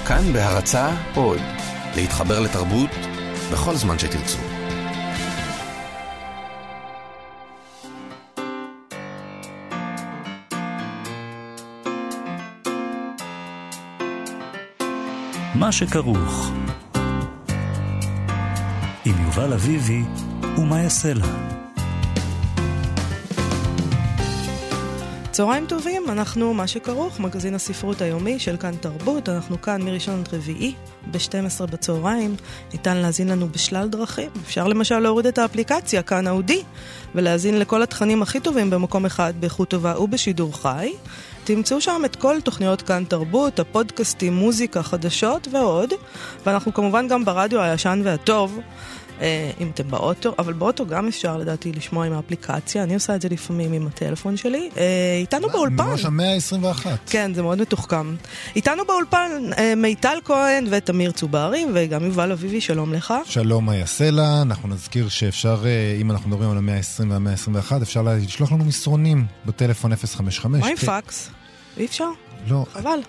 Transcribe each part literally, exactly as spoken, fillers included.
כאן בהרצאה עוד, להתחבר לתרבות בכל זמן שתרצו. מה שכרוך עם יובל אביבי ומה יעשה לה. צהריים טובים, אנחנו מה שכרוך, מגזין הספרות היומי של כאן תרבות. אנחנו כאן מראשון עד רביעי ב-שתים עשרה בצהריים. ניתן להזין לנו בשלל דרכים. אפשר למשל להוריד את האפליקציה כאן אודי ולהזין לכל התכנים הכי טובים במקום אחד, באיכות טובה ובשידור חי. תמצאו שם את כל תוכניות כאן תרבות, הפודקאסטים, מוזיקה, חדשות ועוד. ואנחנו כמובן גם ברדיו הישן והטוב, אם אתם באוטו, אבל באוטו גם אפשר לדעתי לשמוע עם האפליקציה. אני עושה את זה לפעמים עם הטלפון שלי. איתנו באולפן. ממש המאה ה-עשרים ואחת. כן, זה מאוד מתוחכם. איתנו באולפן מיטל כהן ותמיר צוברי, וגם יובל אביבי, שלום לך. שלום, מה יעשה לה. אנחנו נזכיר שאפשר, אם אנחנו מדברים על המאה ה-עשרים והמאה ה-עשרים ואחת, אפשר לשלוח לנו מסרונים בטלפון אפס חמש חמש. מה עם פקס? אי אפשר? לא. חבל.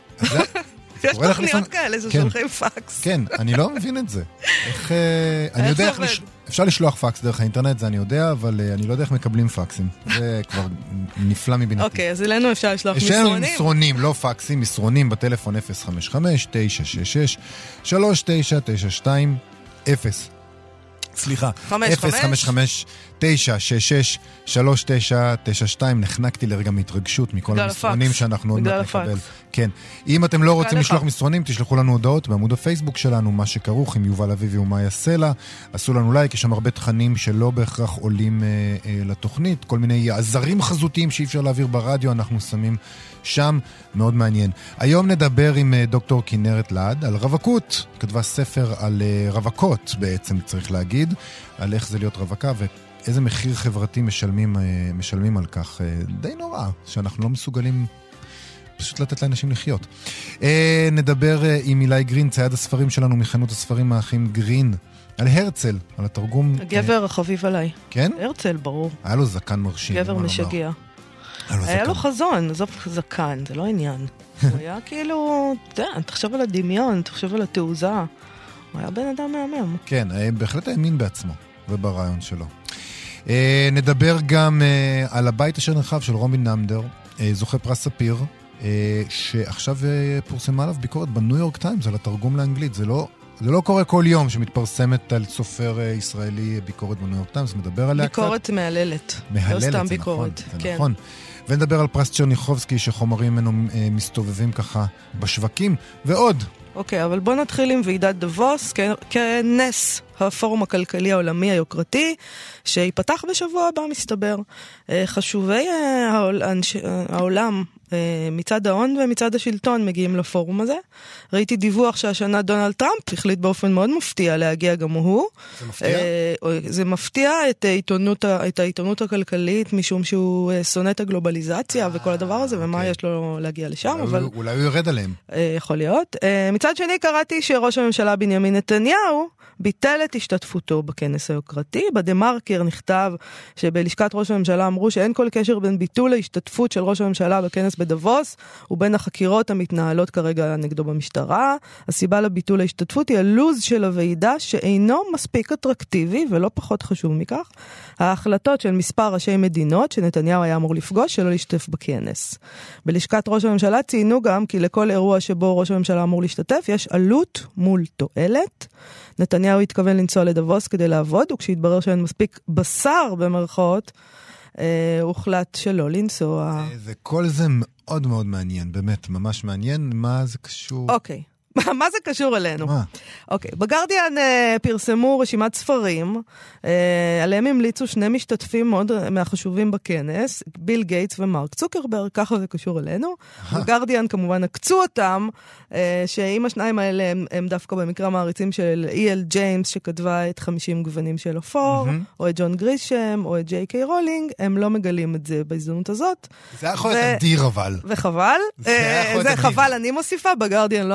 יש תוכניות כאלה ששולחים פקס. כן, אני לא מבין את זה. איך, אני יודע איך, אפשר לשלוח פקס דרך האינטרנט, זה אני יודע, אבל אני לא יודע איך מקבלים פקסים. זה כבר נפלא מבינתי. אוקיי, אז אלינו אפשר לשלוח מסרונים. יש מסרונים, לא פקסים, מסרונים בטלפון אפס חמש חמש תשע שש שש שלוש תשע תשע שתיים אפס. סליחה, אפס חמש חמש תשע שש שש שלוש תשע תשע שתיים. נחנקתי לרגע מהתרגשות מכל המסרונים שאנחנו עוד מעט נקבל. כן. אם אתם לא רוצים לשלוח מסרונים, תשלחו לנו הודעות בעמוד הפייסבוק שלנו, מה שכרוך עם יובל אביבי ומה יעשה לה. עשו לנו לייק, יש שם הרבה תכנים שלא בהכרח עולים אה, אה, לתוכנית, כל מיני עזרים חזותיים שאי אפשר להעביר ברדיו, אנחנו שמים שם, מאוד מעניין. היום נדבר עם אה, דוקטור כנרת לעד על רווקות, כתבה ספר על אה, רווקות בעצם צריך להגיד, על איך זה להיות רווקה ואיזה מחיר חברתי משלמים, אה, משלמים על כך. אה, די נורא, שאנחנו לא מסוגלים פשוט לתת לאנשים לחיות. אה, נדבר אה, עם אילי גרין, צייד הספרים שלנו מחנות הספרים האחים גרין, על הרצל, על התרגום. הגבר החביב עליי. כן? הרצל, ברור. היה לו זקן מרשים. גבר משגע. היה לו חזון, עזוב זקן, זה לא עניין. הוא היה כאילו, אתה יודע, תחשב על הדמיון, תחשב על התעוזה. הוא היה בן אדם מהמם. כן, בהחלט האמין בעצמו וברעיון שלו. נדבר גם על הבית אשר נרחב של רובין נמדר, זוכה פרס ספיר, שעכשיו פורסמה עליו ביקורת בניו יורק טיימס על התרגום לאנגלית. זה לא... זה לא קורה כל יום שמתפרסמת על סופר ישראלי ביקורת בניו יורק טיימס, מדבר עליה ביקורת קצת. מהללת. מהללת, לא סתם זה ביקורת. נכון, זה כן. נכון. ונדבר על פרס צ'רניחובסקי שחומרים ממנו מסתובבים ככה בשווקים, ועוד. אוקיי, אבל בוא נתחיל עם ועידת דבוס, כנס הפורום הכלכלי העולמי היוקרתי, שיפתח בשבוע הבא מסתבר. חשובי העולם, מצד ההון ומצד השלטון מגיעים לפורום הזה. ראיתי דיווח שהשנה דונלד טראמפ החליט באופן מאוד מפתיע להגיע גם הוא. זה מפתיע? זה מפתיע את העיתונות, את העיתונות הכלכלית, משום שהוא שונא את הגלובליזציה וכל הדבר הזה, ומה יש לו להגיע לשם. אבל אולי הוא יורד עליהם. יכול להיות. מצד שני קראתי שראש הממשלה בנימין נתניהו ביטל את השתתפותו בכנס היוקרתי. בדמרקר נכתב שבלשכת ראש הממשלה אמרו שאין כל קשר בין ביטול ההשתתפות של ראש הממשלה בכנס בדבוס ובין החקירות המתנהלות כרגע נגדו במשטרה. הסיבה לביטול ההשתתפות היא הלוז של הוועידה שאינו מספיק אטרקטיבי ולא פחות חשוב מכך. ההחלטות של מספר ראשי מדינות שנתניהו היה אמור לפגוש שלא להשתתף בכנס. בלשכת ראש הממשלה ציינו גם כי לכל אירוע שבו ראש הממשלה אמור להשתתף יש עלות מול תועלת. נתניהו התכוון לנסוע לדבוס כדי לעבוד, וכשהתברר שאין מספיק בשר במרכאות, אה, הוחלט שלא לנסוע. זה, כל זה מאוד מאוד מעניין, באמת, ממש מעניין. מה זה קשור? אוקיי. מה זה קשור אלינו? מה? אוקיי, בגרדיאן אה, פרסמו רשימת ספרים, אה, עליהם המליצו שני משתתפים מאוד מהחשובים בכנס, ביל גייטס ומרק צוקרברג, ככה זה קשור אלינו. בגרדיאן כמובן הקצו אותם, אה, שאם השניים האלה הם, הם דווקא במקרה מעריצים של אי אל ג'יימס, שכתבה את חמישים גוונים של אפור, mm-hmm. או את ג'ון גרישם, או את ג'יי קיי רולינג, הם לא מגלים את זה בהזדמנות הזאת. זה יכול להיות אדיר אבל. וחבל. זה, אה, זה חבל, אני מוסיפה, בגרדיאן לא אמרו שחבל.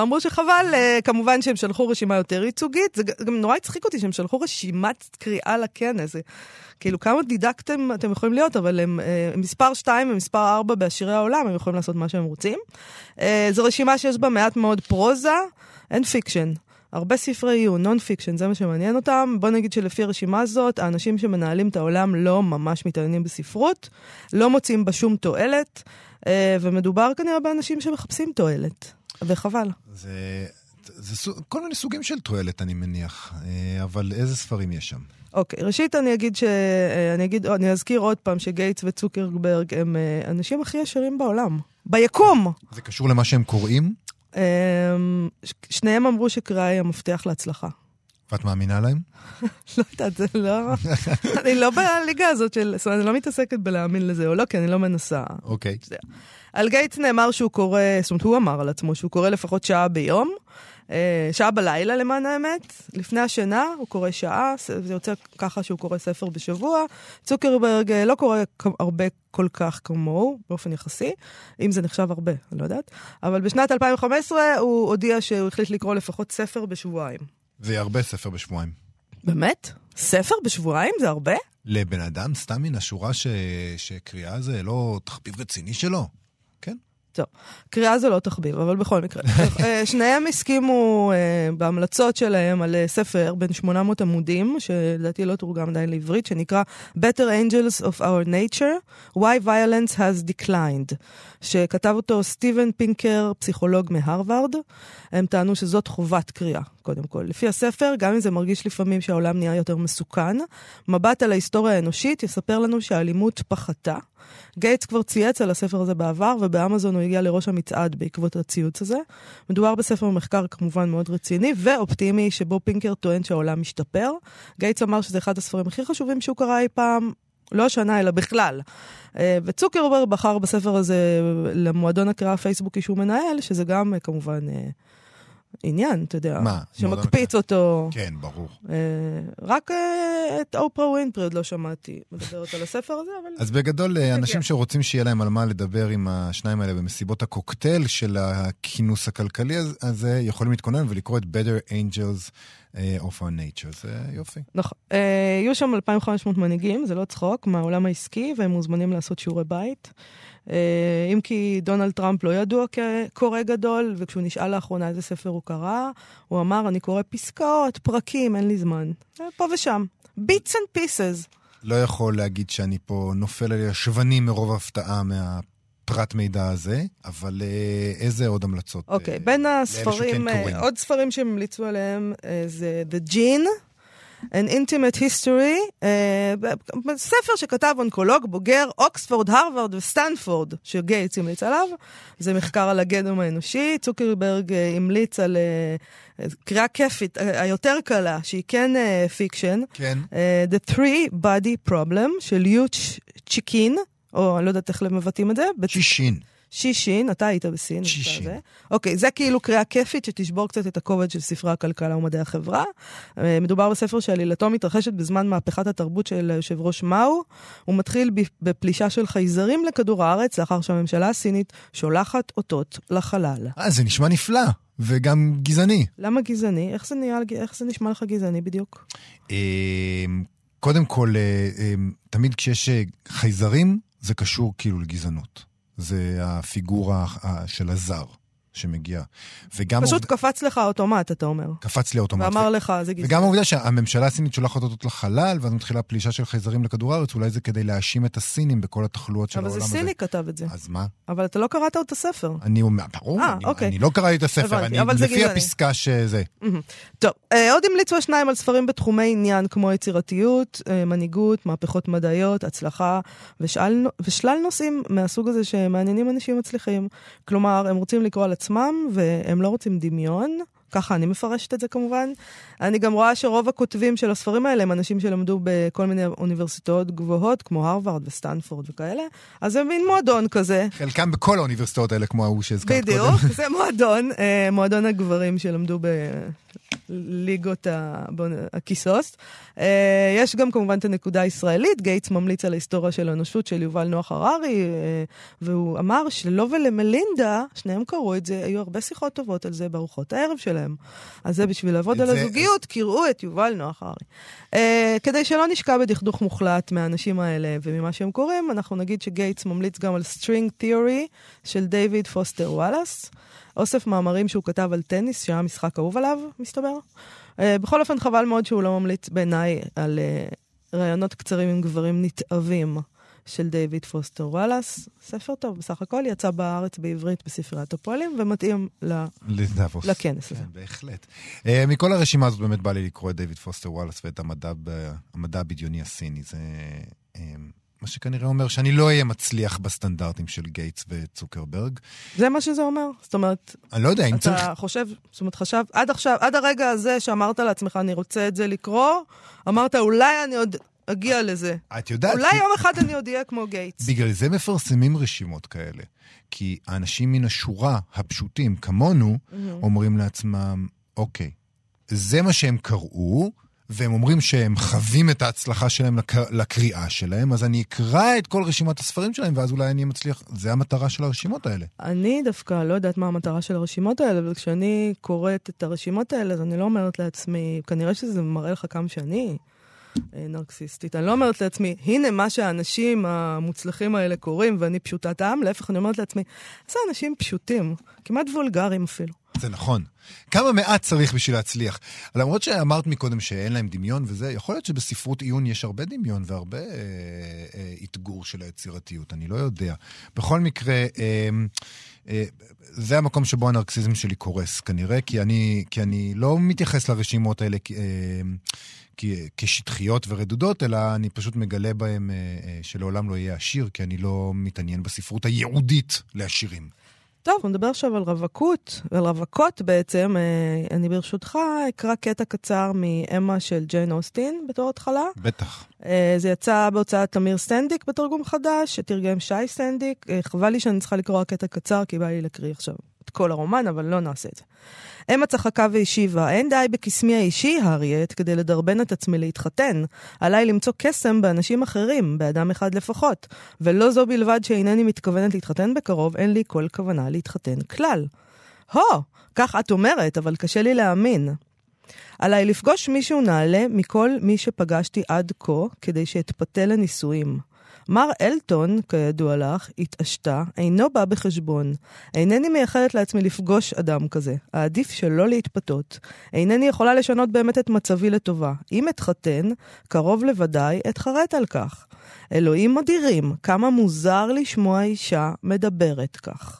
וחבל, כמובן שהם שלחו רשימה יותר ייצוגית, זה גם נורא הצחיק אותי שהם שלחו רשימת קריאה לכנס, כאילו כמה דידקטים אתם יכולים להיות, אבל הם מספר שתיים ומספר ארבע בעשירי העולם, הם יכולים לעשות מה שהם רוצים. זו רשימה שיש בה מעט מאוד פרוזה, אין פיקשן. הרבה ספרי יהיו, נון פיקשן, זה מה שמעניין אותם. בוא נגיד שלפי הרשימה הזאת, האנשים שמנהלים את העולם לא ממש מתעניינים בספרות, לא מוצאים בה שום תועלת, ומדובר כנראה באנשים שמחפשים תועלת, וחבל. זה, זה כל מיני סוגים של תועלת, אני מניח, אבל איזה ספרים יש שם? אוקיי, ראשית אני אגיד ש... אני אגיד, אני אזכיר עוד פעם שגייטס וצוקרברג הם אנשים הכי ישרים בעולם. ביקום! זה קשור למה שהם קוראים? שניהם אמרו שקריאה היא המפתח להצלחה. ואת מאמינה להם? לא יודעת, זה לא... אני לא בליגה הזאת של... זאת אומרת, אני לא מתעסקת בלהאמין לזה או לא, כי אני לא מנסה. אוקיי. על גייטס נאמר שהוא קורא, זאת אומרת, הוא אמר על עצמו שהוא קורא לפחות שעה ביום, שעה בלילה למען האמת. לפני השינה הוא קורא שעה, זה יוצא ככה שהוא קורא ספר בשבוע. צוקרברג לא קורא הרבה כל כך כמוהו, באופן יחסי, אם זה נחשב הרבה, אני לא יודעת. אבל בשנת אלפיים וחמש עשרה הוא הודיע שהוא החליט לקרוא לפחות ספר בשבועיים. זה הרבה ספר בשבועיים. באמת? ספר בשבועיים זה הרבה? לבן אדם, סתם מן השורה ש... שקריאה זה לא תחביב רציני שלו. כן? טוב, קריאה זה לא תחביב, אבל בכל מקרה. שניהם הסכימו בהמלצות שלהם על ספר בין שמונה מאות עמודים, שלדעתי לא תורגם עדיין לעברית, שנקרא Better Angels of Our Nature, Why Violence Has Declined, שכתב אותו סטיבן פינקר, פסיכולוג מהרווארד. הם טענו שזאת חובת קריאה, קודם כל. לפי הספר, גם אם זה מרגיש לפעמים שהעולם נהיה יותר מסוכן, מבט על ההיסטוריה האנושית יספר לנו שהאלימות פחתה. גייטס כבר צייץ על הספר הזה בעבר, ובאמזון הוא הגיע לראש המצעד בעקבות הציוץ הזה. מדובר בספר מחקר כמובן מאוד רציני ואופטימי, שבו פינקר טוען שהעולם משתפר. גייטס אמר שזה אחד הספרים הכי חשובים שהוא קרא אי פעם, לא השנה אלא בכלל. וצוקרברג בחר בספר הזה למועדון הקריאה הפייסבוקי שהוא מנהל, שזה גם כמובן עניין, אתה יודע, מה? שמקפיץ אותו. כן, ברור. רק את אופרה ווינפרי עוד לא שמעתי מדברת על הספר הזה, אבל... אז בגדול, אנשים שרוצים שיהיה להם על מה לדבר עם השניים האלה במסיבות הקוקטייל של הכינוס הכלכלי הזה, יכולים להתכונן ולקרוא את Better Angels of Our Nature. זה יופי. נכון. יהיו שם אלפיים וחמש מאות מנהיגים, זה לא צחוק, מהעולם העסקי, והם מוזמנים לעשות שיעורי בית. אם כי דונלד טראמפ לא ידוע כקורא גדול, וכשהוא נשאל לאחרונה איזה ספר הוא קרא, הוא אמר, אני קורא פסקאות, פרקים, אין לי זמן. פה ושם. Bits and pieces. לא יכול להגיד שאני פה נופל על השבנים מרוב הפתעה מהפרט מידע הזה, אבל איזה עוד המלצות? אוקיי, בין הספרים, עוד ספרים שמליצו עליהם, זה The Gene, An Intimate History, uh, ספר שכתב אונקולוג בוגר אוקספורד, הרווארד וסטנפורד, שגייטס המליץ עליו. זה מחקר על הגנום האנושי. צוקרברג uh, המליץ על uh, קריאה כיפית, uh, היותר קלה, שהיא כן פיקשן. Uh, כן. Uh, The Three Body Problem של יו צ'יקין, או אני לא יודעת איך מבטאים את זה. צ'ישין. שישין, אתה היית בסין. שישין. אוקיי, זה כאילו קריאה כיפית שתשבור קצת את הכובד של ספרי הכלכלה ומדעי החברה. מדובר בספר שעלילתו מתרחשת בזמן מהפכת התרבות של יושב ראש מאו. הוא מתחיל בפלישה של חייזרים לכדור הארץ, לאחר שהממשלה הסינית שולחת אותות לחלל. אה, זה נשמע נפלא, וגם גזעני. למה גזעני? איך זה, נהיה, איך זה נשמע לך גזעני בדיוק? קודם כל, תמיד כשיש חייזרים, זה קשור כאילו לגזענות. זה הפיגורה של הזר שמגיע. פשוט עובד... קפץ לך אוטומט, אתה אומר. קפץ לי אוטומט. ואמר ו... לך, זה גזעני. וגם העובדה שהממשלה הסינית שולחת אותות לחלל, ואז מתחילה פלישה של חייזרים לכדור הארץ, אולי זה כדי להאשים את הסינים בכל התחלואות של העולם הזה. אבל זה סיני כתב את זה. אז מה? אבל אתה לא קראת את הספר. אני אומר, ברור, 아, אני, אוקיי. אני לא קראתי את הספר, אני, לפי הפסקה שזה. טוב, עוד המליצו השניים על ספרים בתחומי עניין, כמו יצירתיות, מנהיגות, מהפכות מדעיות, הצלחה, ושאל, ושלל נושאים מהסוג הזה שמעניינים אנשים מצליחים. כלומר, הם רוצים לקרוא על עצמם, והם לא רוצים דמיון. ככה אני מפרשת את זה כמובן. אני גם רואה שרוב הכותבים של הספרים האלה הם אנשים שלמדו בכל מיני אוניברסיטאות גבוהות, כמו הרווארד וסטנפורד וכאלה. אז זה מין מועדון כזה. חלקם בכל האוניברסיטאות האלה, כמו ההוא שהזכרת קודם. בדיוק, זה מועדון, מועדון הגברים שלמדו ליגות הכיסוס. יש גם כמובן את הנקודה הישראלית, גייטס ממליץ על ההיסטוריה של האנושות של יובל נוח הררי, והוא אמר שלא ולמלינדה, שניהם קראו את זה, היו הרבה שיחות טובות על זה בארוחות הערב שלהם. אז זה בשביל לעבוד על הזוגיות, קראו את יובל נוח הררי. כדי שלא נשקע בדכדוך מוחלט מהאנשים האלה וממה שהם קוראים, אנחנו נגיד שגייטס ממליץ גם על String Theory של דיוויד פוסטר וואלאס, אוסף מאמרים שהוא כתב על טניס, שהיה משחק אהוב עליו, מסתבר. Uh, בכל אופן חבל מאוד שהוא לא ממליץ בעיניי על uh, רעיונות קצרים עם גברים נתאבים של דיוויד פוסטר וואלאס. ספר טוב, בסך הכל יצא בארץ בעברית בספריית הפועלים, ומתאים ל... לכנס הזה. כן, בהחלט. Uh, מכל הרשימה הזאת באמת בא לי לקרוא את דיוויד פוסטר וואלאס ואת המדע, המדע הבדיוני הסיני. זה... Uh, מה שכנראה אומר שאני לא אהיה מצליח בסטנדרטים של גייטס וצוקרברג. זה מה שזה אומר? זאת אומרת... אני לא יודע, אם צריך... אתה חושב, זאת אומרת, חשב, עד עכשיו, עד הרגע הזה שאמרת לעצמך, אני רוצה את זה לקרוא, אמרת, אולי אני עוד אגיע לזה. את יודעת... אולי יום אחד אני עוד אהיה כמו גייטס. בגלל זה מפרסמים רשימות כאלה. כי האנשים מן השורה הפשוטים, כמונו, אומרים לעצמם, אוקיי, זה מה שהם קראו, והם אומרים שהם חווים את ההצלחה שלהם לק... לקריאה שלהם, אז אני אקרא את כל רשימת הספרים שלהם, ואז אולי אני מצליח, זה המטרה של הרשימות האלה. אני דווקא לא יודעת מה המטרה של הרשימות האלה, אבל כשאני קוראת את הרשימות האלה, אז אני לא אומרת לעצמי, כנראה שזה מראה לך כמה שאני נרקסיסטית. אני לא אומרת לעצמי, הנה מה שהאנשים המוצלחים האלה קוראים, ואני פשוטת העם, להפך אני אומרת לעצמי, זה אנשים פשוטים, כמעט וולגרים אפילו. זה נכון. כמה מעט צריך בשביל להצליח. למרות שאמרת מקודם שאין להם דמיון וזה, יכול להיות שבספרות עיון יש הרבה דמיון והרבה אה, אה, התגור של היצירתיות, אני לא יודע. בכל מקרה, אה, אה, זה המקום שבו הנרקסיזם שלי קורס, כנראה, כי אני, כי אני לא מתייחס לרשימות האלה אה, כי, כשטחיות ורדודות, אלא אני פשוט מגלה בהם אה, אה, שלעולם לא יהיה עשיר, כי אני לא מתעניין בספרות הייעודית לעשירים. טוב, נדבר עכשיו על רווקות, על רווקות בעצם. אני ברשותך אקרא קטע קצר מאמה של ג'יין אוסטין בתור התחלה. בטח. זה יצא בהוצאת תמיר סטנדיק בתרגום חדש, שתרגם שי סטנדיק. חבל לי שאני צריכה לקרוא קטע קצר, כי בא לי להקריא עכשיו את כל הרומן, אבל לא נעשה את זה. אמה צחקה והשיבה, אין די בקסמי האישי, הריית, כדי לדרבן את עצמי להתחתן. עליי למצוא קסם באנשים אחרים, באדם אחד לפחות. ולא זו בלבד שאינני מתכוונת להתחתן בקרוב, אין לי כל כוונה להתחתן כלל. הו, כך את אומרת, אבל קשה לי להאמין. עליי לפגוש מישהו נעלה מכל מי שפגשתי עד כה, כדי שאתפתה לנישואים. מר אלטון, כידוע לך, התעשתה, אינו בא בחשבון. אינני מייחלת לעצמי לפגוש אדם כזה. העדיף שלא להתפתות. אינני יכולה לשנות באמת את מצבי לטובה. אם אתחתן, קרוב לוודאי אתחרט על כך. אלוהים אדירים, כמה מוזר לשמוע אישה מדברת כך.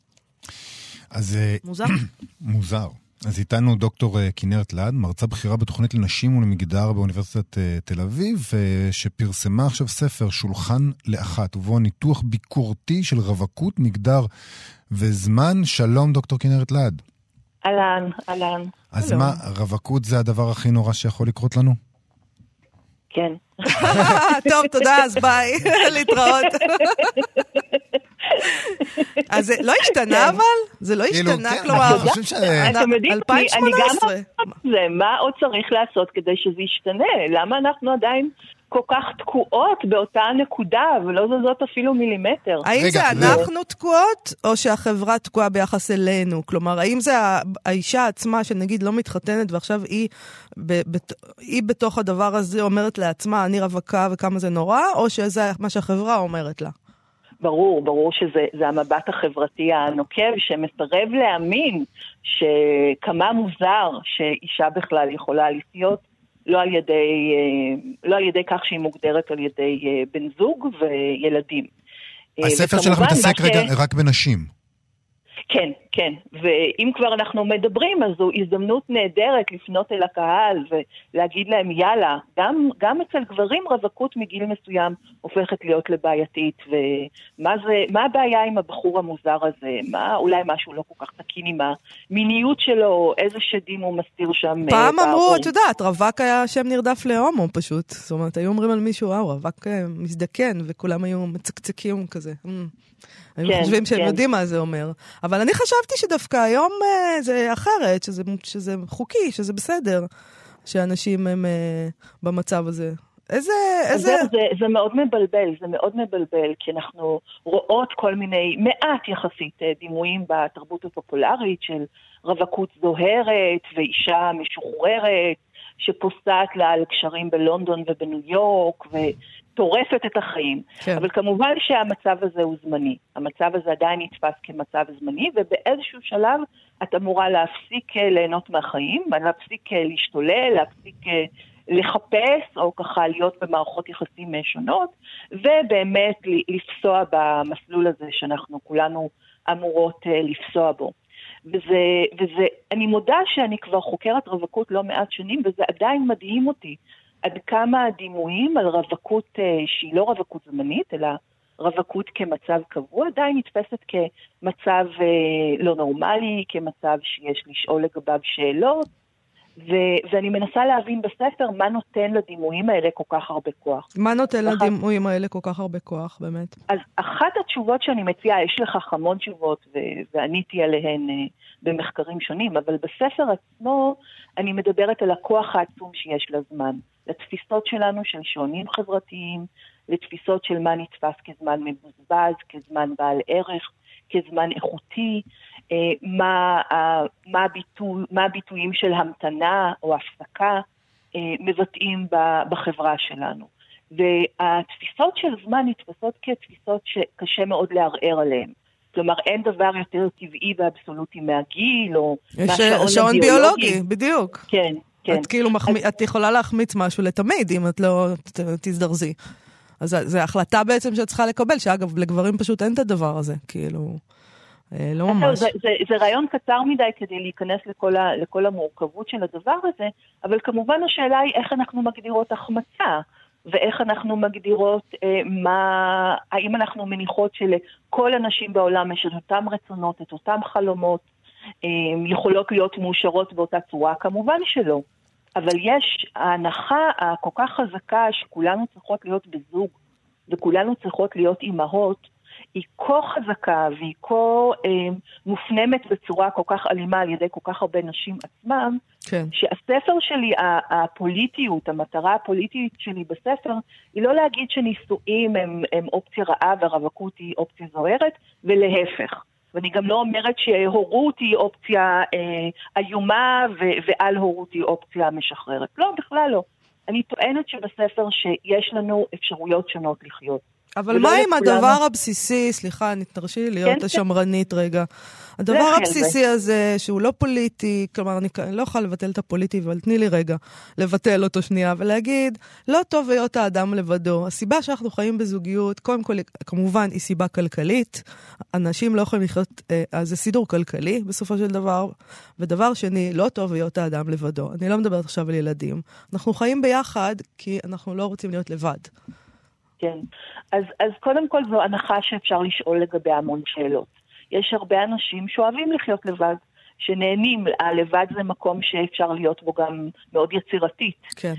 אז... מוזר? מוזר. אז איתנו דוקטור כנרת לעד, מרצה בכירה בתוכנית לנשים ולמגדר באוניברסיטת תל אביב, שפרסמה עכשיו ספר שולחן לאחת, ובו ניתוח ביקורתי של רווקות, מגדר וזמן. שלום דוקטור כנרת לעד. אהלן, אהלן. אז מה, רווקות זה הדבר הכי נורא שיכול לקרות לנו? כן. טוב, תודה, אז ביי, להתראות. אז זה לא השתנה אבל? זה לא השתנה, כלומר, אלפיים שמונה עשרה. מה עוד צריך לעשות כדי שזה ישתנה? למה אנחנו עדיין כל כך תקועות באותה נקודה, ולא זזות אפילו מילימטר? האם זה אנחנו תקועות, או שהחברה תקועה ביחס אלינו? כלומר, האם זה האישה עצמה שנגיד לא מתחתנת, ועכשיו היא בתוך הדבר הזה אומרת לעצמה, אני רווקה וכמה זה נורא, או שזה מה שהחברה אומרת לה? ברור, ברור שזה המבט החברתי הנוקב, שמסרב להאמין שכמה מוזר שאישה בכלל יכולה לחיות, לא על ידי, לא על ידי כך שהיא מוגדרת על ידי בן זוג וילדים. הספר שלך מתעסק רגע רק בנשים. כן, כן. ואם כבר אנחנו מדברים, אז זו הזדמנות נהדרת לפנות אל הקהל ולהגיד להם, יאללה, גם, גם אצל גברים רווקות מגיל מסוים הופכת להיות לבעייתית, ומה זה, מה הבעיה עם הבחור המוזר הזה? מה, אולי משהו לא כל כך תקין עם המיניות שלו, איזה שדים הוא מסתיר שם. פעם אמרו, את יודעת, רווק היה שם נרדף להומו פשוט. זאת אומרת, היו אומרים על מישהו, וואו, רווק מזדקן, וכולם היו מצקצקים כזה. היו חושבים שהם יודעים מה זה אומר. אבל אבל אני חשבתי שדווקא היום זה אחרת, שזה, שזה חוקי, שזה בסדר, שאנשים הם במצב הזה. איזה, איזה... זה, זה, זה מאוד מבלבל, זה מאוד מבלבל, כי אנחנו רואות כל מיני, מעט יחסית דימויים בתרבות הפופולרית של רווקות זוהרת ואישה משוחררת, שפוסעת לה על קשרים בלונדון ובניו יורק, וטורפת את החיים. כן. אבל כמובן שהמצב הזה הוא זמני. המצב הזה עדיין נתפס כמצב זמני, ובאיזשהו שלב את אמורה להפסיק ליהנות מהחיים, להפסיק להשתולל, להפסיק לחפש, או ככה להיות במערכות יחסים שונות, ובאמת לפסוע במסלול הזה שאנחנו כולנו אמורות לפסוע בו. וזה, וזה, אני מודה שאני כבר חוקרת רווקות לא מעט שנים, וזה עדיין מדהים אותי עד כמה הדימויים על רווקות שהיא לא רווקות זמנית, אלא רווקות כמצב קבוע, עדיין נתפסת כמצב לא נורמלי, כמצב שיש לשאול לגביו שאלות, ו- ואני מנסה להבין בספר מה נותן לדימויים האלה כל כך הרבה כוח. מה נותן אחת... לדימויים האלה כל כך הרבה כוח, באמת? אז אחת התשובות שאני מציעה, יש לך המון תשובות, ו- ועניתי עליהן uh, במחקרים שונים, אבל בספר עצמו אני מדברת על הכוח העצום שיש לזמן, לתפיסות שלנו של שעונים חברתיים, לתפיסות של מה נתפס כזמן מבוזבז, כזמן בעל ערך, כזמן איכותי, מה, מה, הביטוי, מה הביטויים של המתנה או הפסקה מבטאים בחברה שלנו. והתפיסות של זמן נתפסות כתפיסות שקשה מאוד לערער עליהן. כלומר, אין דבר יותר טבעי ואבסולוטי מהגיל, או מהשעון שעון ביולוגי, בדיוק. כן, כן. את כאילו, מחמ... את יכולה להחמיץ משהו לתמיד, אם את לא תזדרזי. אז זו החלטה בעצם שאת צריכה לקבל, שאגב, לגברים פשוט אין את הדבר הזה, כאילו... לא ממש. זה, זה, זה רעיון קצר מדי כדי להיכנס לכל, ה, לכל המורכבות של הדבר הזה, אבל כמובן השאלה היא איך אנחנו מגדירות החמצה, ואיך אנחנו מגדירות אה, מה, האם אנחנו מניחות שלכל הנשים בעולם יש את אותם רצונות, את אותם חלומות, אה, יכולות להיות מאושרות באותה צורה, כמובן שלא. אבל יש ההנחה הכל כך חזקה שכולנו צריכות להיות בזוג, וכולנו צריכות להיות אימהות, היא כה חזקה והיא כה אה, מופנמת בצורה כל כך אלימה על ידי כל כך הרבה נשים עצמם, כן. שהספר שלי, הפוליטיות, המטרה הפוליטית שלי בספר, היא לא להגיד שנישואים הם, הם אופציה רעה והרווקות היא אופציה זוהרת, ולהפך. ואני גם לא אומרת שהורות היא אופציה אה, איומה ו- ועל הורות היא אופציה משחררת. לא, בכלל לא. אני טוענת שבספר שיש לנו אפשרויות שונות לחיות. אבל מה עם הדבר הבסיסי, סליחה, תרשי לי להיות השמרנית רגע. הדבר הבסיסי הזה, שהוא לא פוליטי, כלומר, אני לא יכולה לבטל את הפוליטי, אבל תני לי רגע לבטל אותו שנייה, ולהגיד, לא טוב להיות האדם לבדו. הסיבה שאנחנו חיים בזוגיות, קודם כל, כמובן, היא סיבה כלכלית. אנשים לא יכולים לחיות, אז זה סידור כלכלי, בסופו של דבר. ודבר שני, לא טוב להיות האדם לבדו. אני לא מדברת עכשיו על ילדים. אנחנו חיים ביחד, כי אנחנו לא רוצים להיות לבד. כן. אז, אז קודם כל זו הנחה שאפשר לשאול לגבי המון שאלות. יש הרבה אנשים שאוהבים לחיות לבד, שנהנים. הלבד זה מקום שאפשר להיות בו גם מאוד יצירתית. כן.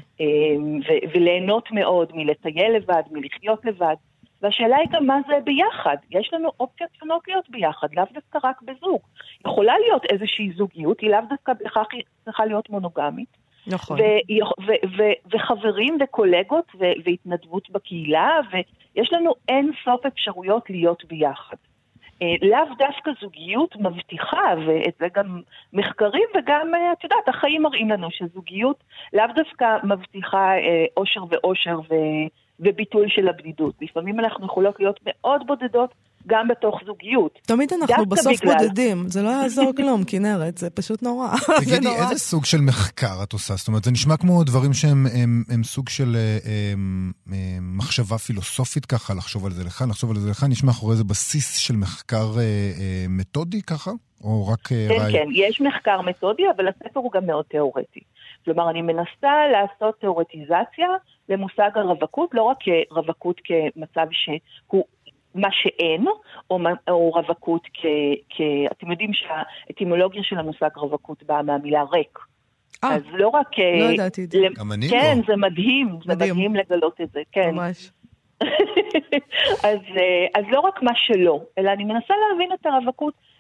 ו- וליהנות מאוד מלטייל לבד, מלחיות לבד. והשאלה היא גם מה זה ביחד. יש לנו אופציות שונות להיות ביחד, לאו דווקא רק בזוג. יכולה להיות איזושהי זוגיות, היא לאו דווקא בכך היא צריכה להיות מונוגמית. נכון. ו- ו- ו- וחברים וקולגות ו- והתנדבות בקהילה, ויש לנו אין סוף אפשרויות להיות ביחד. לאו דווקא זוגיות מבטיחה, ואת זה גם מחקרים, וגם, את יודעת, החיים מראים לנו שזוגיות לאו דווקא מבטיחה אושר ואושר ו- וביטול של הבדידות. לפעמים אנחנו יכולות להיות מאוד בודדות, גם בתוך זוגיות. תמיד אנחנו בסוף בגלל... בודדים, זה לא יעזור כלום, כנרת, זה פשוט נורא. תגידי, איזה סוג של מחקר את עושה? זאת אומרת, זה נשמע כמו דברים שהם הם, הם סוג של הם, הם, מחשבה פילוסופית ככה, לחשוב על זה לכאן, לחשוב על זה לכאן, נשמע אחורי איזה בסיס של מחקר אה, אה, מתודי ככה? או רק אה, כן, ראי... כן, יש מחקר מתודי, אבל הספר הוא גם מאוד תיאורטי. כלומר, אני מנסה לעשות תיאורטיזציה למושג הרווקות, לא רק כרווקות כמצב שהוא מה שאין, או, או רווקות כ, כ... אתם יודעים שהאטימולוגיה של המושג רווקות באה מהמילה ריק. 아, אז לא רק... לא ידעתי את זה. גם אני כן, לא. זה מדהים, מדהים, זה מדהים לגלות את זה, כן. ממש. אז, אז לא רק מה שלא, אלא אני מנסה להבין את הרווקות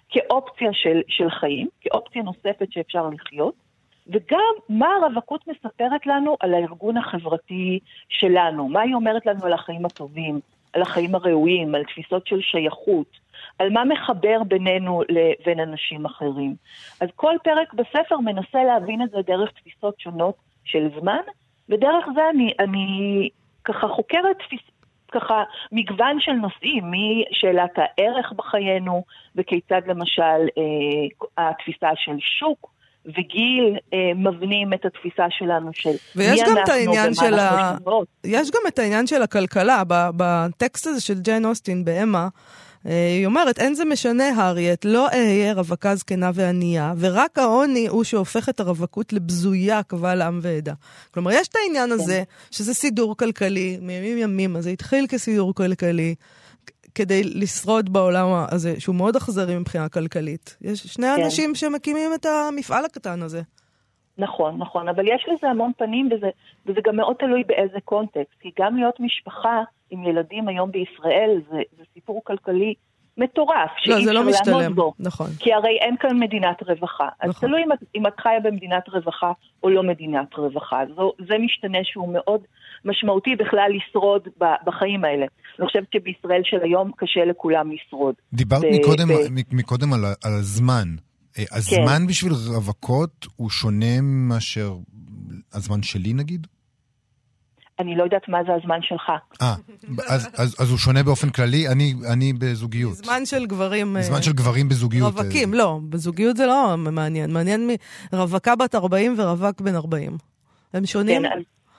כאופציה של, של חיים, כאופציה נוספת שאפשר לחיות, וגם מה הרווקות מספרת לנו על הארגון החברתי שלנו, מה היא אומרת לנו על החיים הטובים, על החיים הראויים, על תפיסות של שייכות, על מה מחבר בינינו לבין אנשים אחרים. אז כל פרק בספר מנסה להבין את זה דרך תפיסות שונות של זמן, ודרך זה אני, אני ככה חוקרת תפיס, ככה מגוון של נושאים, משאלת הערך בחיינו, וכיצד למשל אה, התפיסה של שוק, וגיל אה, מבנים את התפיסה שלנו של ויש מי גם אנחנו את העניין של ה... שומעות. יש גם את העניין של הכלכלה, בטקסט הזה של ג'יין אוסטין באמה, היא אומרת, אין זה משנה הריית, לא אהיה רווקה זקנה וענייה, ורק העוני הוא שהופך את הרווקות לבזויה קבל עם ועדה. כלומר, יש את העניין הזה, שזה סידור כלכלי, מימים ימים, אז זה התחיל כסידור כלכלי, כדי לשרוד בעולם הזה, שהוא מאוד אכזרי מבחינה כלכלית. יש שני אנשים שמקימים את המפעל הקטן הזה. נכון, נכון, אבל יש לזה המון פנים, וזה, וזה גם מאוד תלוי באיזה קונטקסט, כי גם להיות משפחה עם ילדים היום בישראל, זה, זה סיפור כלכלי מטורף, לא, זה לא משתלם, בו, נכון. כי הרי אין כאן מדינת רווחה, אז נכון. תלוי אם, אם את חיה במדינת רווחה או לא מדינת רווחה, זו, זה משתנה שהוא מאוד משמעותי בכלל לשרוד בחיים האלה. אני חושבת שבישראל של היום קשה לכולם לשרוד. דיברת ב- מקודם, ב- מקודם על, על הזמן. הזמן כן. בשביל רווקות הוא שונה מאשר הזמן שלי נגיד? אני לא יודעת מה זה הזמן שלך. אה, אז, אז, אז הוא שונה באופן כללי? אני, אני בזוגיות. זמן של גברים... זמן של גברים בזוגיות. רווקים, לא. בזוגיות זה לא מעניין. מעניין מרווקה בת ארבעים ורווק בן ארבעים. הם שונים? כן, אז,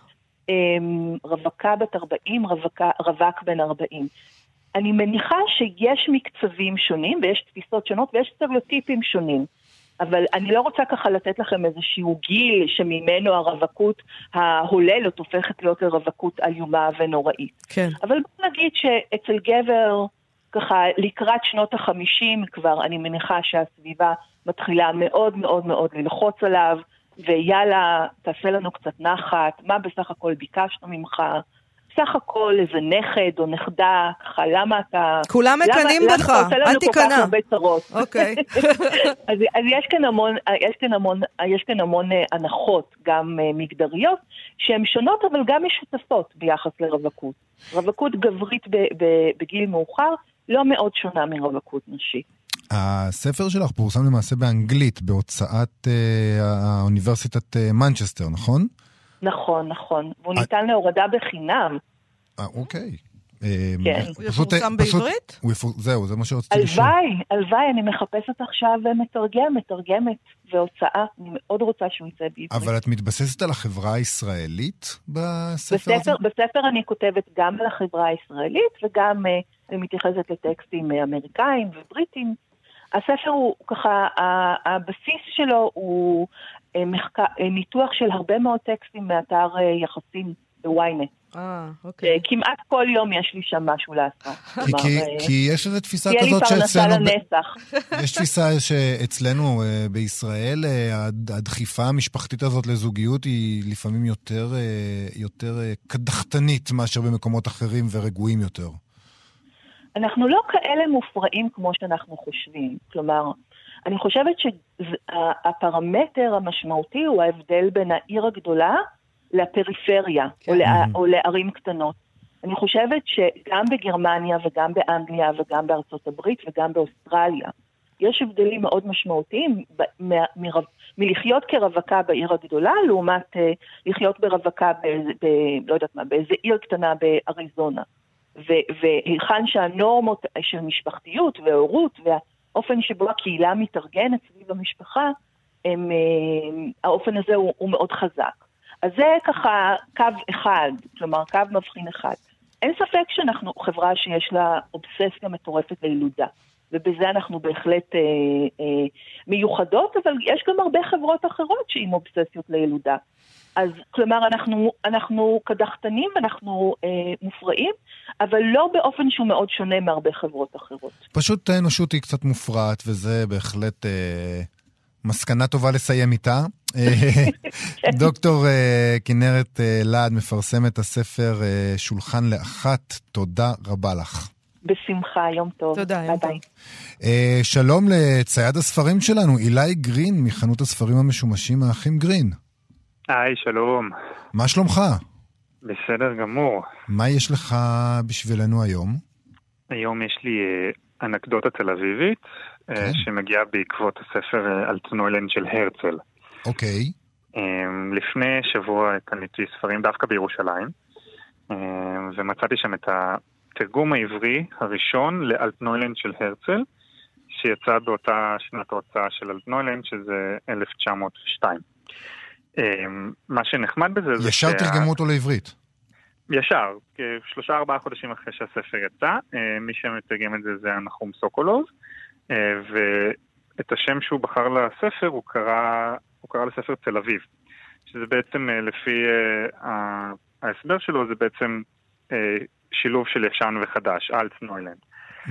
רווקה בת ארבעים, רווקה, רווק בן ארבעים. אני מניחה שיש מקצבים שונים, ויש תפיסות שונות, ויש סטריאוטיפים שונים. אבל אני לא רוצה ככה לתת לכם איזשהו גיל שממנו הרווקות ההוללת הופכת להיות לרווקות איומה ונוראית. כן. אבל בוא נגיד שאצל גבר, ככה לקראת שנות החמישים כבר, אני מניחה שהסביבה מתחילה מאוד מאוד מאוד ללחוץ עליו, ויאללה, תעשה לנו קצת נחת, מה בסך הכל ביקשנו ממך, סך הכל איזה נכד או נכדה, ככה, למה אתה... כולם מקנים בך, אל תיכנע. אוקיי. אז, אז יש כאן המון, יש כאן המון, יש כאן המון הנחות, גם מגדריות, שהן שונות, אבל גם משותפות ביחס לרווקות. רווקות גברית ב, ב, בגיל מאוחר, לא מאוד שונה מרווקות נשית. הספר שלך פורסם למעשה באנגלית, בהוצאת אה, האוניברסיטת אה, מנצ'סטר, נכון? נכון, נכון. והוא ניתן להורדה בחינם. אה, אוקיי. כן. הוא יפורסם בעברית? זהו, זה מה שרציתי לשאול. הלוואי, הלוואי, אני מחפשת עכשיו מתרגם, מתרגמת והוצאה. אני מאוד רוצה שהוא יצא בעברית. אבל את מתבססת על החברה הישראלית בספר הזה? בספר אני כותבת גם על החברה הישראלית, וגם אני מתייחסת לטקסטים אמריקאים ובריטים. הספר הוא ככה, הבסיס שלו הוא ניתוח של הרבה מאוד טקסטים מאתר יחסים בוויינט. אה, אוקיי. כמעט כל יום יש לי שם משהו לעשות. כי יש איזו תפיסה כזאת שאצלנו... יש תפיסה שאצלנו בישראל, הדחיפה המשפחתית הזאת לזוגיות היא לפעמים יותר קדחתנית מאשר במקומות אחרים ורגועים יותר. אנחנו לא כאלה מופרעים כמו שאנחנו חושבים. כלומר, אני חושבת שהפרמטר המשמעותי הוא ההבדל בין העיר הגדולה לפריפריה, כן. או, לע... או לערים קטנות. אני חושבת שגם בגרמניה וגם באנגליה וגם בארצות הברית וגם באוסטרליה, יש הבדלים מאוד משמעותיים מ... מ... מלחיות כרווקה בעיר הגדולה, לעומת uh, לחיות ברווקה ב... ב... לא יודעת מה, באיזה עיר קטנה באריזונה. ו- והיכן שהנורמות של משפחתיות והורות והאופן שבו הקהילה מתארגנת סביב המשפחה, הם, האופן הזה הוא, הוא מאוד חזק. אז זה ככה קו אחד, כלומר קו מבחין אחד. אין ספק שאנחנו חברה שיש לה אובססיה מטורפת לילודה, ובזה אנחנו בהחלט אה, אה, מיוחדות, אבל יש גם הרבה חברות אחרות שעם אובססיות לילודה. אז כלומר אנחנו, אנחנו קדחתנים, אנחנו אה, מופרעים, אבל לא באופן שהוא מאוד שונה מהרבה חברות אחרות. פשוט האנושות היא קצת מופרעת, וזה בהחלט אה, מסקנה טובה לסיים איתה. דוקטור אה, כנרת אה, לעד מפרסמת הספר אה, שולחן לאחת, תודה רבה לך. בשמחה, יום טוב. תודה, יום טוב. Uh, שלום לצייד הספרים שלנו, אילי גרין מחנות הספרים המשומשים האחים גרין. היי, שלום. מה שלומך? בסדר גמור. מה יש לך בשבילנו היום? היום יש לי uh, אנקדוטה תל אביבית, okay. uh, שמגיעה בעקבות הספר אלטנוילנד של הרצל. אוקיי. Okay. Um, לפני שבוע קניתי ספרים דווקא בירושלים, um, ומצאתי שם את התרגום העברי הראשון לאלטנוילנד של הרצל, שיצא באותה שנת ההוצאה של אלטנוילנד, שזה אלף תשע מאות ושתיים. Um, מה שנחמד בזה זה... ישר תרגמו אותו לעברית. ישר, שלושה ארבעה חודשים אחרי שהספר יצא, מי שמתרגם את זה זה נחום סוקולוב, ואת השם שהוא בחר לספר הוא קרא, הוא קרא לספר תל אביב, שזה בעצם לפי ההסבר שלו זה בעצם שילוב של ישן וחדש, אלטנוילנד. Mm.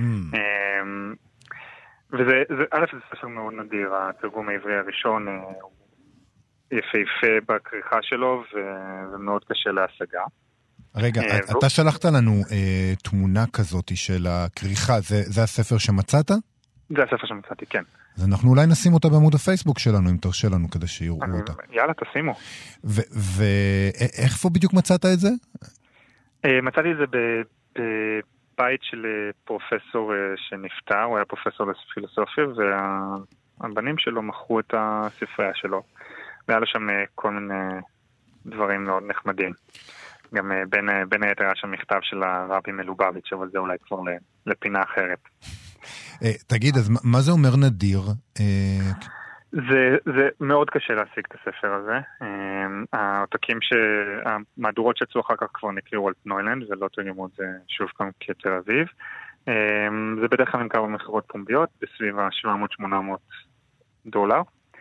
וזה, זה, א', זה ספר מאוד נדיר, התרגום העברי הראשון הוא יפהפה בכריכה שלו ומאוד קשה להשגה. רגע, אתה שלחת לנו תמונה כזאת של הכריכה, זה הספר שמצאת? זה הספר שמצאתי, כן. אז אנחנו אולי נשים אותה בעמוד הפייסבוק שלנו, אם תרשה לנו, כדי שיראו אותה. יאללה, תשימו. ואיך פה בדיוק מצאת את זה? מצאתי את זה בבית של פרופסור שנפטר, הוא היה פרופסור לפילוסופיה, והבנים שלו מכרו את הספרייה שלו. והיה לו שם כל מיני דברים מאוד נחמדים. גם בין, בין היתר היה שם מכתב של הרבי מלובביץ', אבל זה אולי כבר לפינה אחרת. תגיד, אז מה זה אומר נדיר? זה, זה מאוד קשה להשיג את הספר הזה. העותקים שהמהדורות שיצאו אחר כך כבר נקראו אלטנוילנד, ולא תרגמו את זה שוב כאן כתל אביב. זה בדרך כלל נמכר במחירות פומביות, בסביב ה-שבע מאות שמונה מאות דולר.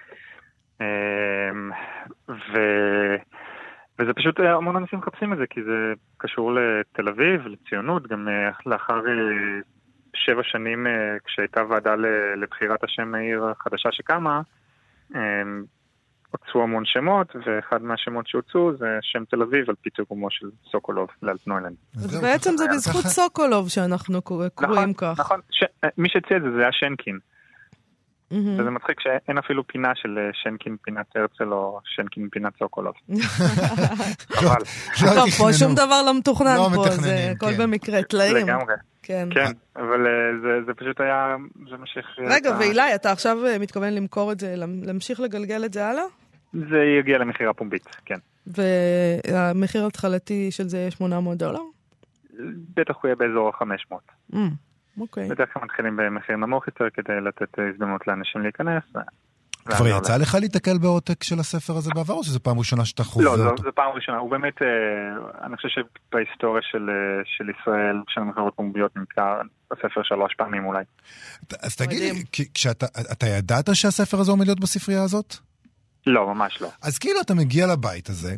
ו... וזה פשוט, המון אנשים מחפשים את זה, כי זה קשור לתל אביב, לציונות, גם לאחר שבע שנים כשהייתה ועדה לבחירת השם העיר החדשה שקמה, הוצאו המון שמות, ואחד מהשמות שהוצאו זה שם תל אביב על פי תרגומו של סוקולוב לאלטנוילנד. אז בעצם זה בזכות סוקולוב שאנחנו קוראים כך. נכון, מי שהציע את זה זה היה שנקין. וזה מצחיק שאין אפילו פינה של שנקין פינת הרצל או שנקין פינת סוקולוב. טוב, פה שום דבר לא מתוכנן פה, זה הכל במקרה, תלאים. לגמרי. כן, אבל זה פשוט היה, זה משך... רגע, ואילי, אתה עכשיו מתכוון למכור את זה, להמשיך לגלגל את זה הלאה? זה יגיע למחיר הפומבית, כן. והמחיר התחלתי של זה שמונה מאות דולר? בטח הוא יהיה באזור ה-חמש מאות. אוקיי. בדרך כלל מתחילים במחיר נמוך יותר כדי לתת הזדמנות לאנשים להיכנס. כבר יצא לך להתקל בעותק של הספר הזה בעבר, או שזה פעם ראשונה שאתה חווה אותו? לא, זו פעם ראשונה. הוא באמת, אני חושב שבהיסטוריה של ישראל, של המחרות פומביות, נמכר הספר שלוש פעמים אולי. אז תגיד לי, אתה ידעת שהספר הזה עומד להיות בספרייה הזאת? לא, ממש לא. אז כאילו אתה מגיע לבית הזה,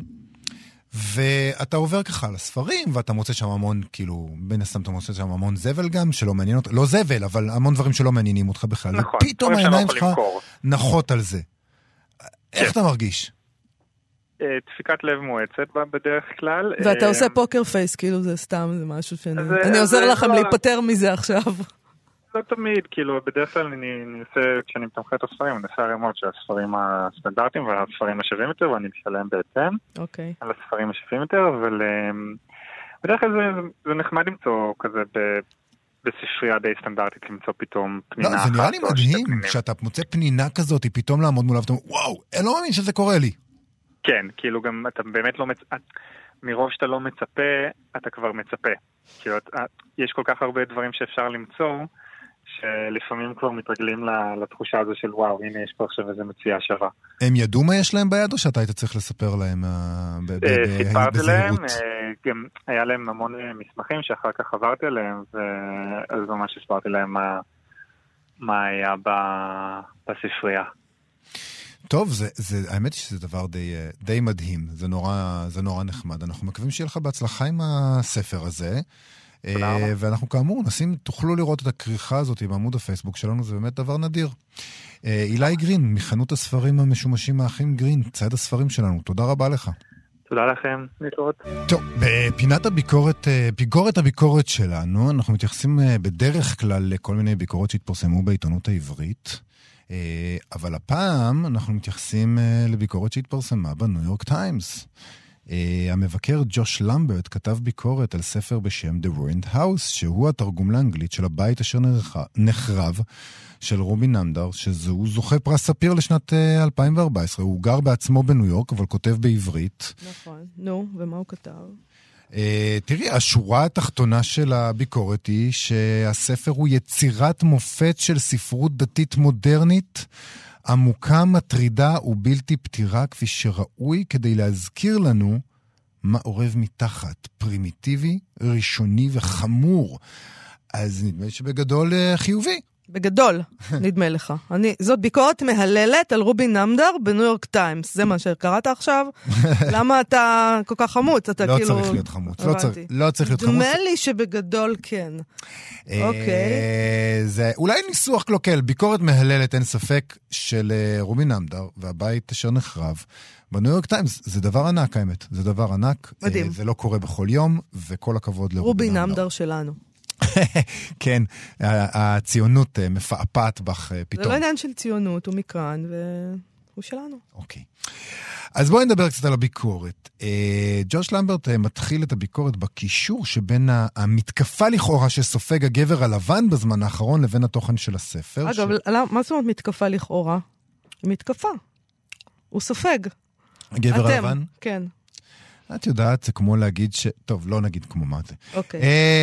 ואתה עובר ככה לספרים, ואתה מוצא שם המון, כאילו, בין הסתם אתה מוצא שם המון זבל גם, שלא מעניין אותך, לא זבל, אבל המון דברים שלא מעניינים אותך בכלל. נכון. ופתאום העיניים שלך נחות על זה. איך אתה מרגיש? דפיקת לב מואצת בדרך כלל. ואתה עושה פוקר פייס, כאילו זה סתם, זה משהו שאני... אני עוזר לכם להיפטר מזה עכשיו. לא תמיד, כאילו, בדרך כלל אני עושה, כשאני מתמחה את הספרים, אני עושה הרמות של הספרים הסטנדרטיים והספרים השווים יותר, ואני משלם בהתאם על הספרים השווים יותר, אבל בדרך כלל זה נחמד למצוא כזה בספרייה די סטנדרטית, למצוא פתאום פנינה אחת. זה נראה לי מדהים, כשאתה מוצא פנינה כזאת, פתאום לעמוד מולה, ואתה אומר, וואו, אני לא מאמין שזה קורה לי. כן, כאילו גם אתה באמת לא מצפה, מרוב שאתה לא מצפה, אתה כבר מצפה. כאילו, יש כל כך הרבה דברים שאפשר למצוא, שלפעמים כבר מתרגלים לתחושה הזו של וואו, הנה יש פה עכשיו איזה מציאה שווה. הם ידעו מה יש להם ביד, או שאתה היית צריך לספר להם בזהירות? סיפרתי להם, גם היה להם המון מסמכים שאחר כך עברתי עליהם, אז ממש הסברתי להם מה היה בספרייה. טוב, זה, זה, האמת היא שזה דבר די, די מדהים, זה נורא, זה נורא נחמד. אנחנו מקווים שיהיה לך בהצלחה עם הספר הזה, ואנחנו כאמור נשים, תוכלו לראות את הכריכה הזאת בעמוד הפייסבוק שלנו, זה באמת דבר נדיר. אילי גרין, מחנות הספרים המשומשים האחים גרין, צייד הספרים שלנו, תודה רבה לך. תודה לכם, להתראות. טוב, בפינת הביקורת, ביקורת הביקורת שלנו, אנחנו מתייחסים בדרך כלל לכל מיני ביקורות שהתפרסמו בעיתונות העברית, אבל הפעם אנחנו מתייחסים לביקורת שהתפרסמה בניו יורק טיימס. המבקר ג'וש למברט כתב ביקורת על ספר בשם The Ruined House, שהוא התרגום לאנגלית של הבית אשר נחרב, של רובין נמדר, שהוא זוכה פרס ספיר לשנת אלפיים וארבע עשרה. הוא גר בעצמו בניו יורק, אבל כותב בעברית. נכון. נו, ומה הוא כתב? Uh, תראי, השורה התחתונה של הביקורת היא שהספר הוא יצירת מופת של ספרות דתית מודרנית, עמוקה, מטרידה ובלתי פתירה, כפי שראוי כדי להזכיר לנו מה עורב מתחת, פרימיטיבי, ראשוני וחמור. אז נדמה שבגדול חיובי. בגדול, נדמה לך. אני, זאת ביקורת מהללת על רובין נמדר בניו יורק טיימס. זה מה שקראת עכשיו? למה אתה כל כך חמוץ? אתה לא כאילו... צריך להיות חמוץ. לא צריך, לא צריך להיות חמוץ. דומה לי שבגדול כן. אוקיי. זה אולי ניסוח קלוקל. ביקורת מהללת, אין ספק, של רובין נמדר והבית אשר נחרב. בניו יורק טיימס זה דבר ענק, האמת. זה דבר ענק. מדהים. זה לא קורה בכל יום, וכל הכבוד לרובין נמדר. רובין נמדר שלנו. כן, הציונות מפעפעת בך פתאום. זה לא עניין של ציונות, הוא מכאן, והוא שלנו. אוקיי. אז בואי נדבר קצת על הביקורת. ג'וש למברט מתחיל את הביקורת בקישור שבין המתקפה לכאורה שסופג הגבר הלבן בזמן האחרון לבין התוכן של הספר. אגב, מה זאת אומרת מתקפה לכאורה? מתקפה. הוא סופג. הגבר הלבן? כן. את יודעת, זה כמו להגיד ש... טוב, לא נגיד כמו מה זה. אוקיי.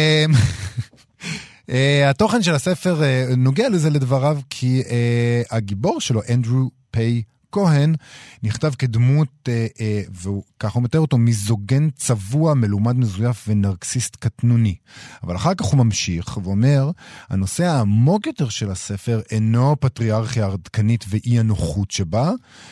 התוכן של הספר נוגע לזה לדבריו, כי הגיבור שלו, אנדרו פיי כהן, נכתב כדמות, וכך הוא מתאר אותו, מיזוגן צבוע, מלומד מזויף ונרקסיסט קטנוני. אבל אחר כך הוא ממשיך ואומר, הנושא העמוק יותר של הספר אינו פטריארכיה עדכנית ואי הנוחות שבה.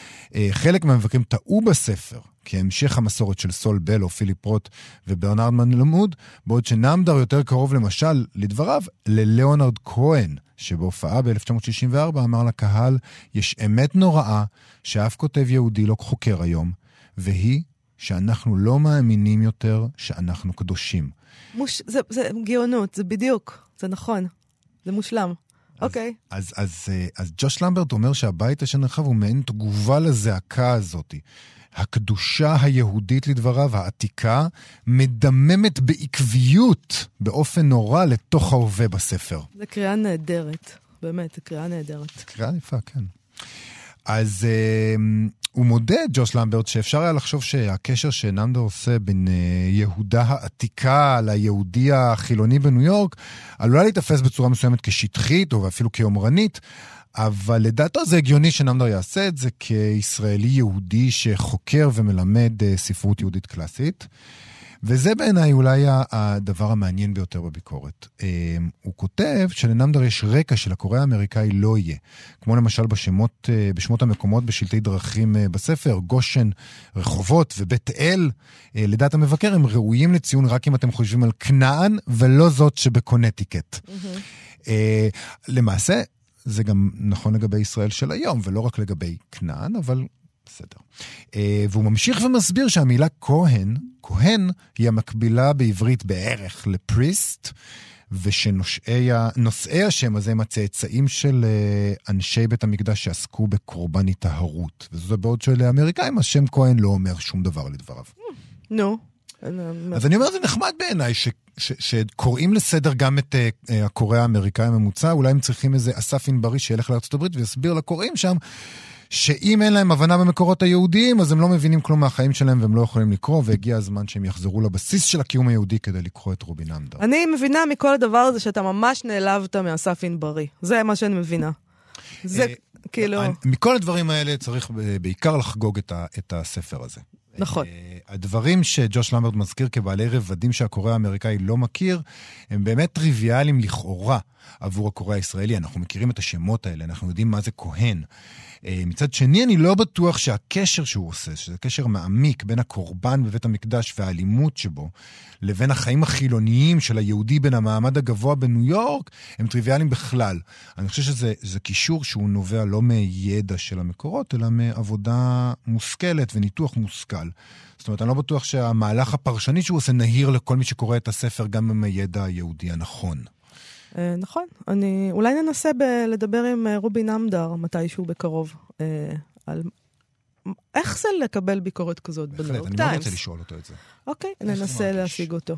חלק מהמבקרים טעו בספר, כהמשך המסורת של סול בל או פיליפ רוט וברנרד מנלמוד, בעוד שנמדר יותר קרוב למשל, לדבריו, ללאונרד כהן, שבהופעה ב-אלף תשע מאות שישים וארבע אמר לקהל, יש אמת נוראה שאף כותב יהודי לא חוקר היום, והיא שאנחנו לא מאמינים יותר שאנחנו קדושים. מוש... זה, זה גאונות, זה בדיוק, זה נכון, זה מושלם. אוקיי. אז, אז, אז, אז ג'וש למברט אומר שהבית אשר נחרב הוא מעין תגובה לזעקה הזאת. הקדושה היהודית לדבריו, העתיקה, מדממת בעקביות, באופן נורא, לתוך ההווה בספר. זה קריאה נהדרת, באמת, זה קריאה נהדרת. זה קריאה יפה, כן. אז uh, הוא מודה, ג'וש למברט, שאפשר היה לחשוב שהקשר שנמדר עושה בין uh, יהודה העתיקה ליהודי החילוני בניו יורק, עלולה להתאפס בצורה מסוימת כשטחית, או אפילו כאומרנית, אבל לדעתו זה הגיוני שנמדר יעשה את זה כישראלי יהודי שחוקר ומלמד uh, ספרות יהודית קלאסית. וזה בעיניי אולי הדבר המעניין ביותר בביקורת. הוא כותב שלנמדר יש רקע של הקורא האמריקאי לא יהיה. כמו למשל בשמות, בשמות המקומות בשלטי דרכים בספר, גושן, רחובות ובית אל, לדעת המבקר, הם ראויים לציון רק אם אתם חושבים על כנען, ולא זאת שבקונטיקט. Mm-hmm. למעשה, זה גם נכון לגבי ישראל של היום, ולא רק לגבי כנען, אבל... בסדר. והוא ממשיך ומסביר שהמילה כהן, כהן היא המקבילה בעברית בערך לפריסט, ושנושאי השם הזה הם הצאצאים של אנשי בית המקדש שעסקו בקורבן היטהרות. וזה בעוד שלאמריקאים השם כהן לא אומר שום דבר לדבריו. נו. אז אני אומר, זה נחמד בעיניי שקוראים לסדר גם את הקורא האמריקאי הממוצע, אולי הם צריכים איזה אסף ענברי שילך לארצות הברית ויסביר לקוראים שם, שאם אין להם הבנה במקורות היהודיים, אז הם לא מבינים כלום מהחיים שלהם, והם לא יכולים לקרוא, והגיע הזמן שהם יחזרו לבסיס של הקיום היהודי כדי לקרוא את רובין נמדר. אני מבינה מכל הדבר הזה שאתה ממש נעלבת מאסף ענברי. זה מה שאני מבינה. זה כאילו... מכל הדברים האלה צריך בעיקר לחגוג את הספר הזה. נכון. הדברים שג'וש למברט מזכיר כבעלי רבדים שהקורא האמריקאי לא מכיר, הם באמת טריוויאליים לכאורה עבור הקורא הישראלי. אנחנו מכירים את השמות האלה, אנחנו יודעים מה זה כהן. מצד שני, אני לא בטוח שהקשר שהוא עושה, שזה קשר מעמיק בין הקורבן בבית המקדש והאלימות שבו, לבין החיים החילוניים של היהודי בין המעמד הגבוה בניו יורק, הם טריוויאליים בכלל. אני חושב שזה זה קישור שהוא נובע לא מידע של המקורות, אלא מעבודה מושכלת וניתוח מושכל. זאת אומרת, אני לא בטוח שהמהלך הפרשני שהוא עושה נהיר לכל מי שקורא את הספר, גם עם הידע היהודי הנכון. נכון. אני, אולי ננסה לדבר עם רובין אמדר, מתישהו בקרוב, על איך זה לקבל ביקורת כזאת בניו יורק טיימס. אני מאוד רוצה לשאול אותו את זה. אוקיי, ננסה להשיג אותו.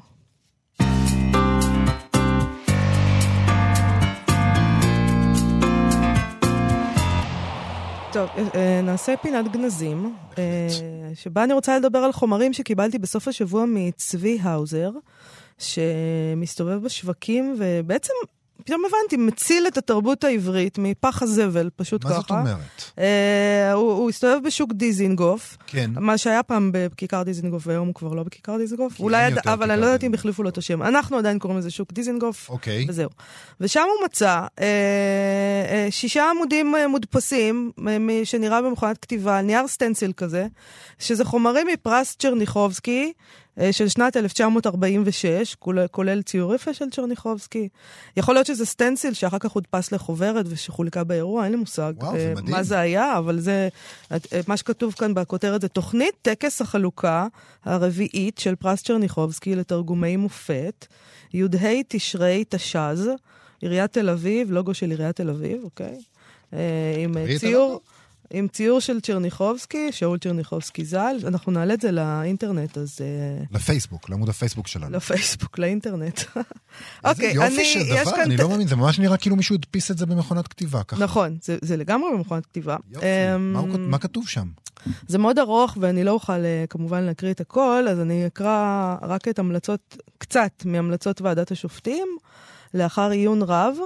טוב, נעשה פינת גנזים, שבה אני רוצה לדבר על חומרים שקיבלתי בסוף השבוע מצבי האוזר, שמסתובב בשווקים, ובעצם פתאום הבנתי, מציל את התרבות העברית מפח הזבל, פשוט מה ככה. מה זאת אומרת? אה, הוא, הוא הסתובב בשוק דיזינגוף, כן. מה שהיה פעם בכיכר דיזינגוף, והיום הוא כבר לא בכיכר דיזינגוף, אולי, עד, אבל אני לא יודעת אם החליפו לו את השם. אנחנו עדיין קוראים לזה שוק דיזינגוף, אוקיי. וזהו. ושם הוא מצא אה, אה, שישה עמודים מודפסים, אה, שנראה במכונת כתיבה, נייר סטנסיל כזה, שזה חומרים מפרס צ'רניחובסקי, של שנת אלף תשע מאות ארבעים ושש, כולל ציור יפה של צ'רניחובסקי. יכול להיות שזה סטנסיל שאחר כך הודפס לחוברת ושחולקה באירוע, אין לי מושג וואו, זה מדהים. מה זה היה, אבל זה, מה שכתוב כאן בכותרת זה תוכנית טקס החלוקה הרביעית של פרס צ'רניחובסקי לתרגומי מופת, י"ה תשרי תש"ז, עיריית תל אביב, לוגו של עיריית תל אביב, אוקיי? עם ציור... עם ציור של צ'רניחובסקי, שאול צ'רניחובסקי ז"ל, אנחנו נעלה את זה לאינטרנט, אז... לפייסבוק, לעמוד הפייסבוק שלנו. לפייסבוק, לאינטרנט. אוקיי, אני... יופי של דבר, אני לא מאמין, זה ממש נראה כאילו מישהו הדפיס את זה במכונת כתיבה, ככה. נכון, זה לגמרי במכונת כתיבה. יופי, מה כתוב שם? זה מאוד ארוך, ואני לא אוכל כמובן להקריא את הכל, אז אני אקרא רק את המלצות, קצת מהמלצות ועדת השופטים, לאחר עיון רב,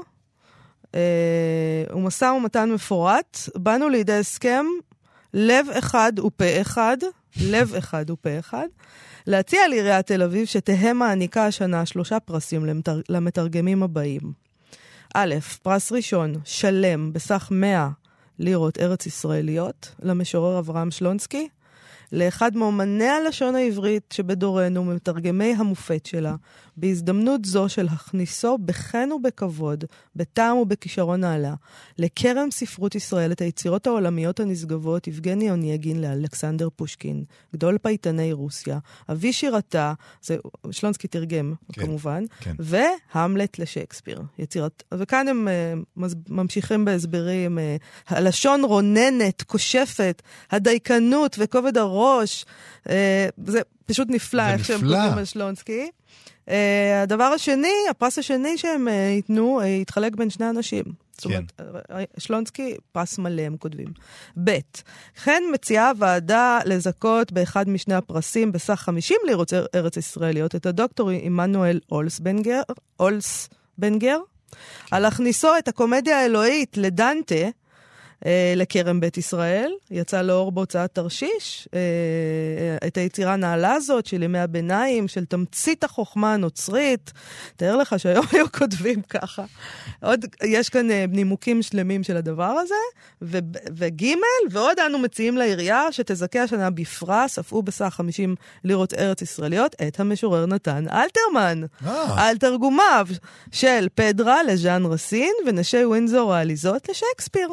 ומשא ומתן מפורט, באנו לידי הסכם לב אחד ופה אחד, לב אחד ופה אחד, להציע לעיריית תל אביב שתהא מעניקה השנה שלושה פרסים למתר... למתרגמים הבאים. א', פרס ראשון, שלם, בסך מאה לירות ארץ ישראליות, למשורר אברהם שלונסקי, לאחד מאומני הלשון העברית שבדורנו, מתרגמי המופת שלה, בהזדמנות זו של הכניסו בחן ובכבוד, בטעם ובכישרון נעלה, לקרם ספרות ישראל את היצירות העולמיות הנשגבות, יבגני אונייגין לאלכסנדר פושקין, גדול פייטני רוסיה, אבי שירתה, זה שלונסקי תרגם כן, כמובן, כן. והמלט לשייקספיר, יצירת, וכאן הם uh, ממשיכים בהסברים, uh, הלשון רוננת, קושפת, הדייקנות וכובד הראש, uh, זה פשוט נפלא, איך שהם כותבים על שלונסקי. Uh, הדבר השני, הפרס השני שהם uh, ייתנו, uh, יתחלק בין שני אנשים. זאת אומרת, שלונסקי, פרס מלא, הם כותבים. ב' כן מציעה הוועדה לזכות באחד משני הפרסים בסך חמישים לירות ארץ ישראליות, את הדוקטור עמנואל אולסבנגר, אולסבנגר, על הכניסו את הקומדיה האלוהית לדנטה, אה, לקרם בית ישראל, יצא לאור בהוצאת תרשיש, אה, את היצירה הנעלה הזאת של ימי הביניים, של תמצית החוכמה הנוצרית, תאר לך שהיום היו כותבים ככה. עוד, יש כאן אה, נימוקים שלמים של הדבר הזה, ו, וג' ועוד אנו מציעים לעירייה שתזכה השנה בפרס, אף הוא בסך חמישים לירות ארץ ישראליות, את המשורר נתן אלתרמן, על תרגומיו של פדרה לז'אן רסין, ונשי ווינזור העליזות לשייקספיר.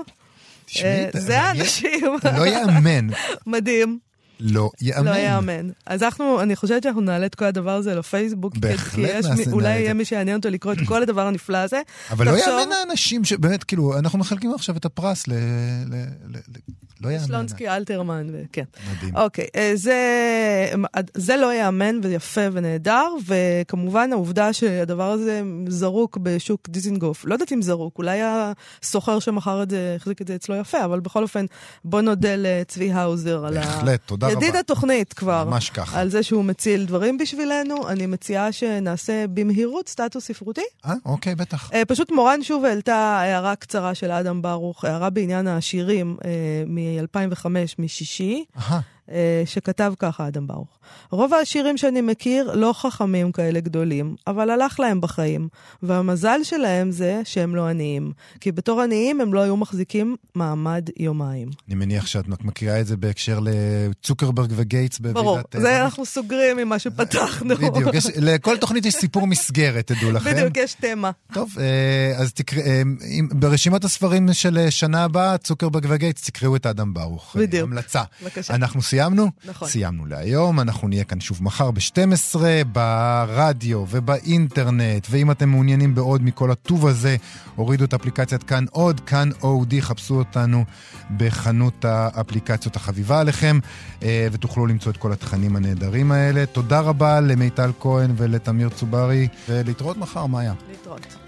זה האנשים. לא יאמן. מדהים. לא יאמן. לא יאמן. אז אנחנו, אני חושבת שאנחנו נעלה את כל הדבר הזה לפייסבוק. בהחלט נעשה. אולי יהיה מי שיעניין אותו לקרוא את כל הדבר הנפלא הזה. אבל לא יאמן האנשים שבאמת, כאילו, אנחנו מחלקים עכשיו את הפרס ל... לא יאמן. שלונסקי, אלתרמן, וכן. מדהים. אוקיי, זה לא יאמן ויפה ונהדר, וכמובן העובדה שהדבר הזה זרוק בשוק דיזינגוף. לא יודעת אם זרוק, אולי הסוחר שמחר את זה, החזיק את זה אצלו יפה, אבל בכל אופן, בוא נודה לצבי האוזר על ה... בהחלט, תודה רבה. ידיד התוכנית כבר. ממש ככה. על זה שהוא מציל דברים בשבילנו. אני מציעה שנעשה במהירות סטטוס ספרותי. אה, אוקיי, בטח. פשוט מורן שוב העלתה הערה קצרה של אדם ברוך, הערה בעניין השירים מ-אלפיים וחמש, משישי. אהה. שכתב ככה אדם ברוך. רוב השירים שאני מכיר לא חכמים כאלה גדולים, אבל הלך להם בחיים, והמזל שלהם זה שהם לא עניים, כי בתור עניים הם לא היו מחזיקים מעמד יומיים. אני מניח שאת מכירה את זה בהקשר לצוקרברג וגייטס בוועידת... ברור, זה אנחנו סוגרים עם מה שפתחנו. בדיוק, לכל תוכנית יש סיפור מסגרת, תדעו לכם. בדיוק, יש תמה. טוב, אז ברשימת הספרים של שנה הבאה, צוקרברג וגייטס, תקראו את אדם ברוך. בדיוק. המלצה. אנחנו סיימנו? נכון. סיימנו להיום, אנחנו נהיה כאן שוב מחר ב-שתים עשרה ברדיו ובאינטרנט, ואם אתם מעוניינים בעוד מכל הטוב הזה, הורידו את אפליקציית כאן עוד, כאן אודי, חפשו אותנו בחנות האפליקציות החביבה עליכם, ותוכלו למצוא את כל התכנים הנהדרים האלה. תודה רבה למיטל כהן ולתמיר צוברי, ולהתראות מחר, מאיה. להתראות.